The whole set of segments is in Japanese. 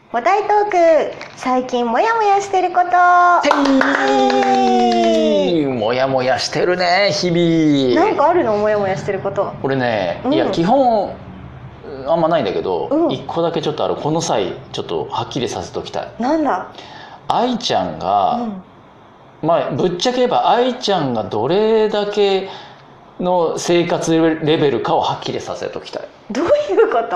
話題トーク、最近モヤモヤしてること。 モヤモヤしてるね、日々。 なんかあるの？モヤモヤしてること。 俺ね、いや基本あんまないんだけど、一個だけちょっとある。この際ちょっとはっきりさせておきたい。 なんだ。 愛ちゃんが、まあぶっちゃけ言えば愛ちゃんがどれだけの生活レベルかをはっきりさせておきたい。 どういうこと？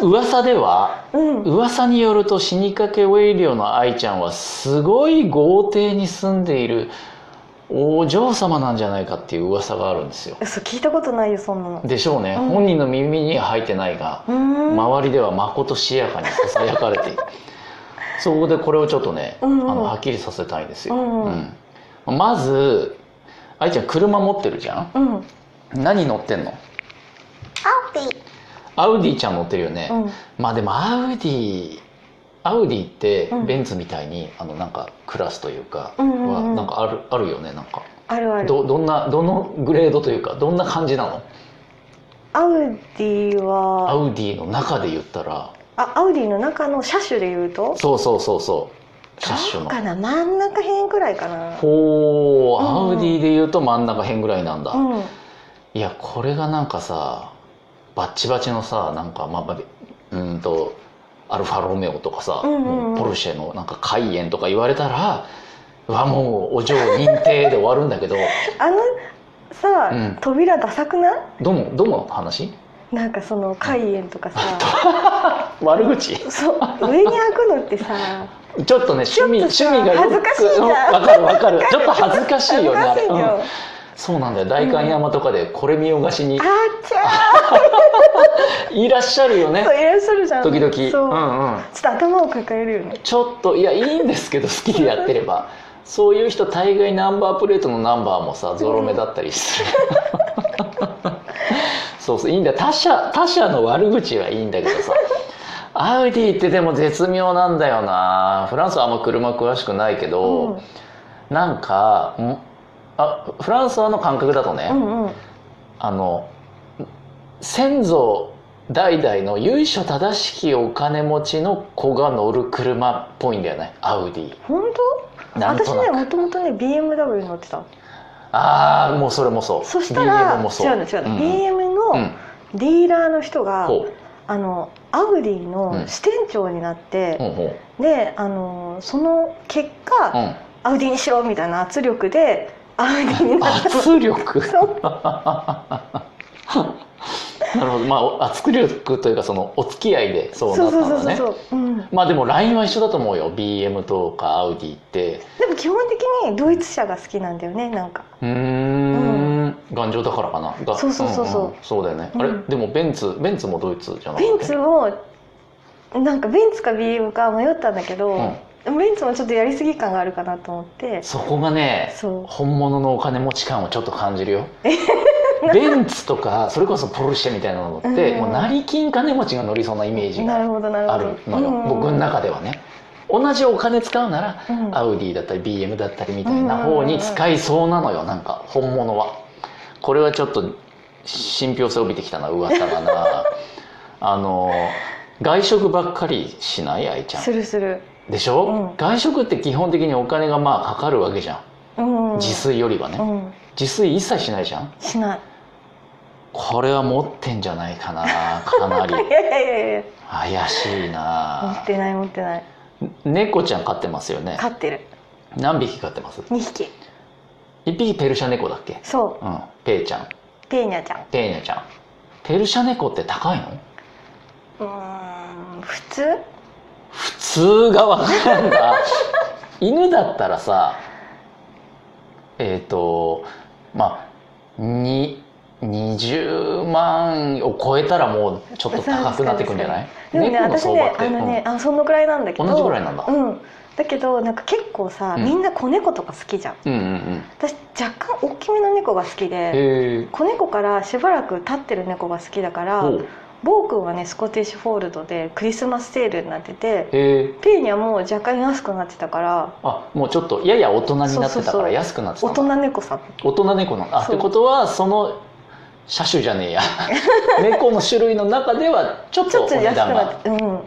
噂では、噂によると死にかけウェイリオの愛ちゃんはすごい豪邸に住んでいるお嬢様なんじゃないかっていう噂があるんですよ。 嘘、聞いたことないよ、そんなの。でしょうね、本人の耳には入ってないが、周りではまことしやかにささやかれている。そこでこれをちょっとね、はっきりさせたいんですよ。まず愛ちゃん車持ってるじゃん。何乗ってんの？アウディちゃん乗ってるよね。まあでもアウディってベンツみたいになんかクラスというかはなんかあるよね。なんかあるある。 どのグレードというかどんな感じなの？ アウディはアウディの中で言ったら、 アウディの中の車種で言うと、 そう車種のどうかな、真ん中辺ぐらいかな。 ほう、アウディで言うと真ん中辺ぐらいなんだ。いやこれがなんかさバッチバチのさ、なんかまあアルファロメオとかさ、ポルシェのなんかカイエンとか言われたら、もうお嬢認定で終わるんだけどさ、扉ダサくない？ どの話？ なんかそのカイエンとかさ悪口？ そう、上に開くのってさちょっとね趣味が恥ずかしいじゃん。 わかるちょっと恥ずかしいよね、あれ。そうなんだよ。代官山とかでこれ見よがしにいらっしゃるよね。 そう、いらっしゃるじゃん時々。 ちょっと頭を抱えるよね。ちょっといやいいんですけど、好きでやってればそういう人大概ナンバープレートのナンバーもさゾロ目だったりする。そういいんだよ。他社の悪口はいいんだけどさ、アウディってでも絶妙なんだよな。フランスはあんま車詳しくないけど、なんかフランスの感覚だとね、先祖代々の由緒正しきお金持ちの子が乗る車っぽいんだよね、アウディ。 本当？私ね、もともとね BMW 乗ってた。 ああ、もうそれもそう。 そしたら違うの、BM のディーラーの人がアウディの支店長になって、でその結果、アウディにしろみたいな圧力でアウディになったの。 圧力？なるほど。まあ圧力というかそのお付き合いでそうなったんだね。まあでもラインは一緒だと思うよ、 BM とかアウディって。でも基本的にドイツ車が好きなんだよね、なんか。 頑丈だからかな。そうだよね。あれでもベンツもドイツじゃない？ ベンツもなんかベンツか BM か迷ったんだけど、ベンツもちょっとやりすぎ感があるかなと思って。 そこがね、本物のお金持ち感をちょっと感じるよ。ベンツとかそれこそポルシェみたいなのってもう成金金持ちが乗りそうなイメージがあるのよ、僕の中ではね。同じお金使うなら、アウディだったり BM だったりみたいな方に使いそうなのよ、なんか本物は。これはちょっと信憑性を帯びてきたな、噂がな。外食ばっかりしない？愛ちゃん。 するでしょ、外食って基本的にお金がまあかかるわけじゃん、自炊よりはね。自炊一切しないじゃん。 しない。 これは持ってんじゃないかな、かなり。 いや怪しいな。 持ってない。 猫ちゃん飼ってますよね？ 飼ってる。 何匹飼ってます ？2匹。 1匹ペルシャ猫だっけ？ そう、 ペーちゃん。 ペーニャちゃん。 ペルシャ猫って高いの？ 普通？ 普通が分からんだ。犬だったらさ、まあ20万を超えたらもうちょっと高くなってくんじゃない？ でもね、私ねそのぐらいなんだけど。 同じぐらいなんだ。 だけどなんか結構さ、みんな子猫とか好きじゃん。私若干大きめの猫が好きで、子猫からしばらく立ってる猫が好きだから、ボー君はねスコティッシュフォールドでクリスマスセールになってて、ペーニャも若干安くなってたから。 もうちょっとやや大人になってたから安くなってたんだ。 大人猫さん。 大人猫なんだ。ってことはその車種じゃねえや猫の種類の中ではちょっとお値段が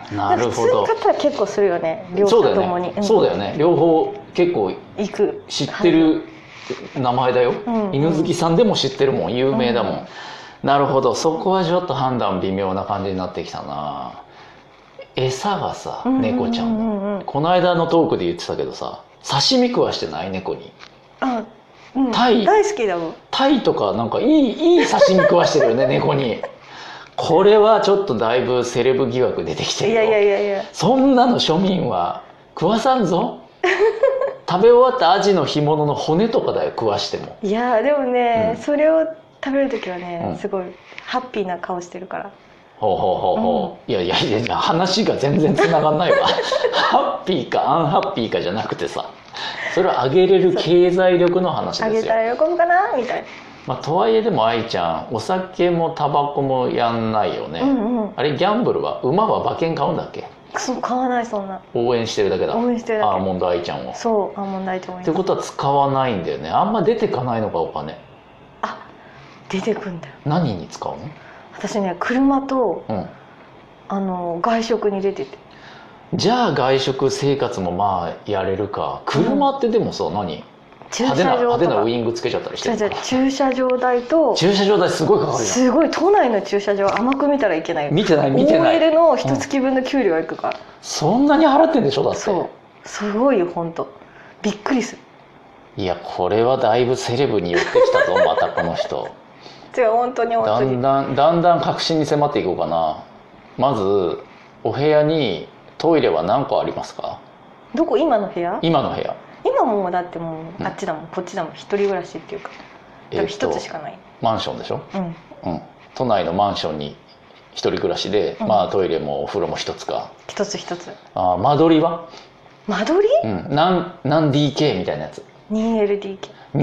なるほど。 普通に買ったら結構するよね、両者ともに。 そうだよね、両方結構行く知ってる名前だよ、犬好きさんでも知ってるもん、有名だもん。なるほど、そこはちょっと判断微妙な感じになってきたな。餌がさ、猫ちゃんのこの間のトークで言ってたけどさ、刺身食わしてない猫に。タイ大好きだもん。 タイとかなんかいい刺身食わしてるよね猫に。これはちょっとだいぶセレブ疑惑出てきてるよ。 いやそんなの庶民は食わさんぞ。食べ終わったアジの干物の骨とかだよ、食わしても。 いやでもね、それを食べる時はね、すごいハッピーな顔してるから。 いや話が全然つながんないわ。ハッピーかアンハッピーかじゃなくてさ、それはあげれる経済力の話ですよ。 あげたら喜ぶかなみたいな。 まあ、とはいえでも愛ちゃんお酒もタバコもやんないよね。あれギャンブルは馬は馬券買うんだっけ？ そう、買わない。そんな応援してるだけだ。 応援してるだけ。 アーモンド愛ちゃんを。 そう、アーモンド愛ちゃんを。 ってことは使わないんだよね。あんま出てかないのか、お金。 出てくんだよ。 何に使うの？ 私ね、車と、外食に出てて。 じゃあ外食生活もまあやれるか。車ってでもさ、何派手なウイングつけちゃったりしてる。 駐車場代と。 駐車場代すごいかかるじゃん。 すごい、都内の駐車場甘く見たらいけない。 見てない。 OL の一月分の給料いくから、 そんなに払ってんでしょ。だってそうすごいよ、ほんとびっくりする。 いや、これはだいぶセレブに寄ってきたぞ。またこの人。 違う、本当にだんだん確信に迫っていこうかな。まずお部屋にトイレは何個ありますか？ どこ？今の部屋？ 今の部屋。 今もだってもう、あっちだもんこっちだもん、一人暮らしっていうか、一つしかない。 マンションでしょ。都内のマンションに一人暮らしで、まあトイレもお風呂も一つか。 一つ。 間取りは？ 間取り？ 何 DK みたいなやつ。 2LDK。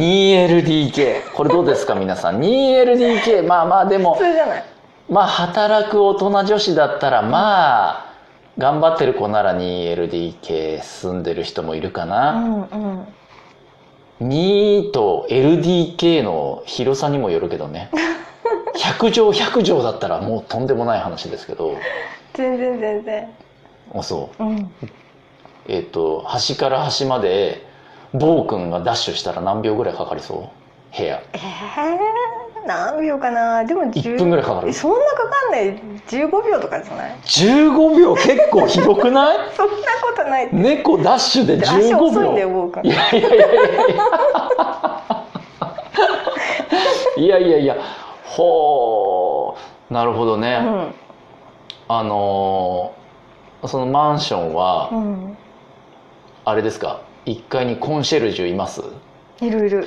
2LDK。これどうですか皆さん。2LDK。まあでも普通じゃない。 まあ働く大人女子だったら、まあ頑張ってる子なら 2LDK 住んでる人もいるかな。2と LDK の広さにもよるけどね。100畳だったらもうとんでもない話ですけど。 全然。 そう。端から端まで暴君がダッシュしたら何秒ぐらいかかりそう？部屋。 何秒かな。でも 1分ぐらいかかる。 そんなかかんない。15秒とかじゃない？ 15 秒結構ひどくない？ そんなことない。 猫ダッシュで15秒。 足遅いんだよ、暴君。 いやほう、なるほどね。そのマンションは、あれですか、1階にコンシェルジュいます？ いる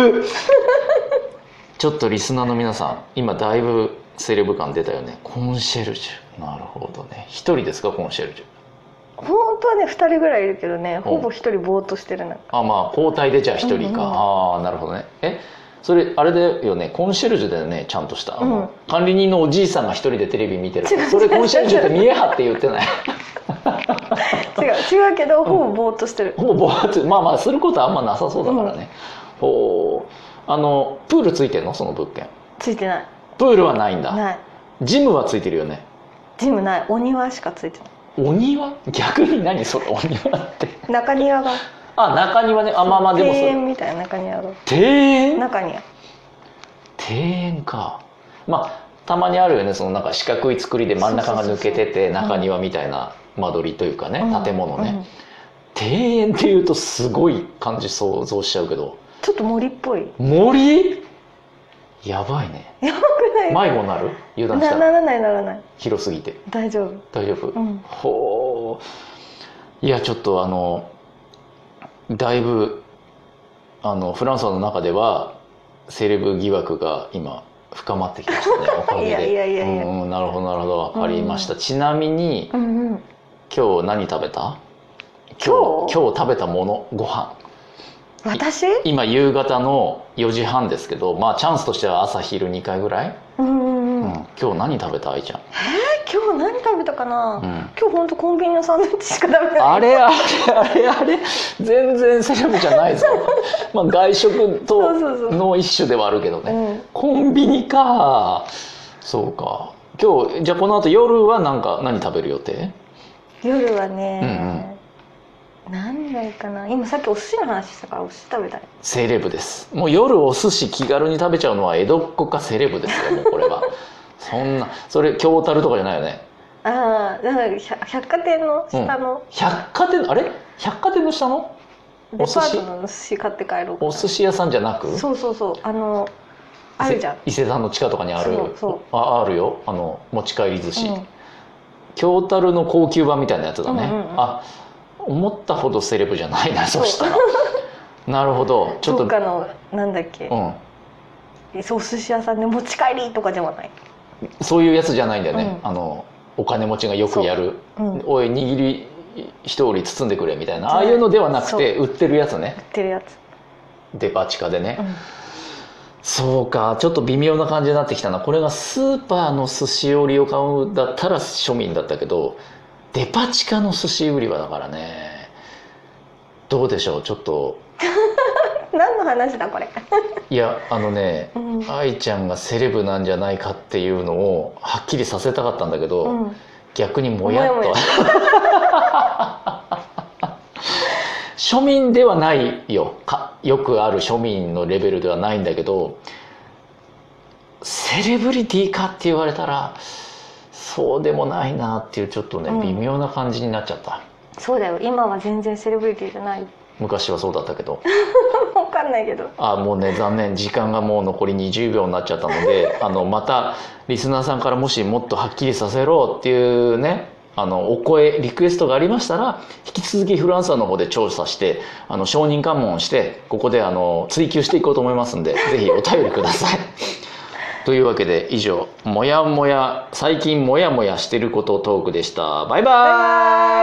ちょっとリスナーの皆さん、今だいぶセレブ感出たよね。コンシェルジュ。なるほどね。1人ですか、コンシェルジュ？ 本当はね2人ぐらいいるけどね、ほぼ1人ぼーっとしてる。 まあ交代でじゃあ1人か。なるほどね。それあれだよね、コンシェルジュだよね、ちゃんとした。管理人のおじいさんが1人でテレビ見てる。それコンシェルジュって見え張って言ってない？ 違うけど、ほぼぼーっとしてる。 ほぼぼーっと、まあすることはあんまなさそうだからね。プールついてんの？その物件。 ついてない。 プールはないんだ。 ない。 ジムはついてるよね？ ジムない。お庭しかついてない。 お庭？逆に何それ、お庭って。 中庭が。 中庭ね。まあでも庭園みたいな中庭が。 庭園？ 中に。 庭園か。まあたまにあるよね、そのなんか四角い作りで真ん中が抜けてて中庭みたいな間取りというかね、建物ね。庭園っていうとすごい感じ想像しちゃうけど、 ちょっと森っぽい。 森？やばいね。 やばくない？ 迷子になる？油断したら。 ならない。 広すぎて。 大丈夫。 ほう。いやちょっとだいぶフランスの中ではセレブ疑惑が今深まってきましたね、おかげで。 いや。 なるほど、分かりました。ちなみに、今日何食べた？今日食べたもの、ご飯。 私？ 今夕方の4時半ですけど、まあチャンスとしては朝昼2回ぐらい。今日何食べた？愛ちゃん。 今日何食べたかな。今日ほんとコンビニのサンドイッチしか食べない。 あれ全然セレブじゃないぞ。まあ外食との一種ではあるけどね。コンビニか。そうか。今日じゃあこの後夜は何食べる予定？ 夜はね、なんだいかな、今さっきお寿司の話したからお寿司食べたい。 セレブです。もう夜お寿司気軽に食べちゃうのは江戸っ子かセレブですよ、もうこれは。そんな、それ京樽とかじゃないよね。 ああ、だから百貨店の下の、 百貨店、あれ百貨店の下のデパートの寿司買って帰ろうかな。 お寿司屋さんじゃなく、 そうそうそう、あるじゃん、 伊勢丹の地下とかにある。あるよ、持ち帰り寿司、京樽の高級版みたいなやつだね。あ、思ったほどセレブじゃないな、そしたら。なるほど、ちょっとどっかのなんだっけ、お寿司屋さんで持ち帰りとかではない、 そういうやつじゃないんだよね。お金持ちがよくやる、おい握り一折り包んでくれみたいな、ああいうのではなくて売ってるやつね。 売ってるやつ、 デパ地下でね。そうか、ちょっと微妙な感じになってきたな。これがスーパーの寿司折りを買うんだったら庶民だったけど、デパ地下の寿司売り場だからね。どうでしょう、ちょっと。 何の話だこれ。 いや、愛ちゃんがセレブなんじゃないかっていうのをはっきりさせたかったんだけど、逆にもやっと。庶民ではないよ、よくある庶民のレベルではないんだけど、セレブリティかって言われたらそうでもないなっていう、ちょっとね、微妙な感じになっちゃった。 そうだよ、今は全然セレブリティじゃない。 昔はそうだったけど。 分かんないけど。 もうね、残念、時間がもう残り20秒になっちゃったので、またリスナーさんからもしもっとはっきりさせろっていうね、お声リクエストがありましたら、引き続きフランスの方で調査して、証人喚問をしてここで追求していこうと思いますんで、ぜひお便りください。というわけで以上、もやもや最近もやもやしてることトークでした。バイバーイ。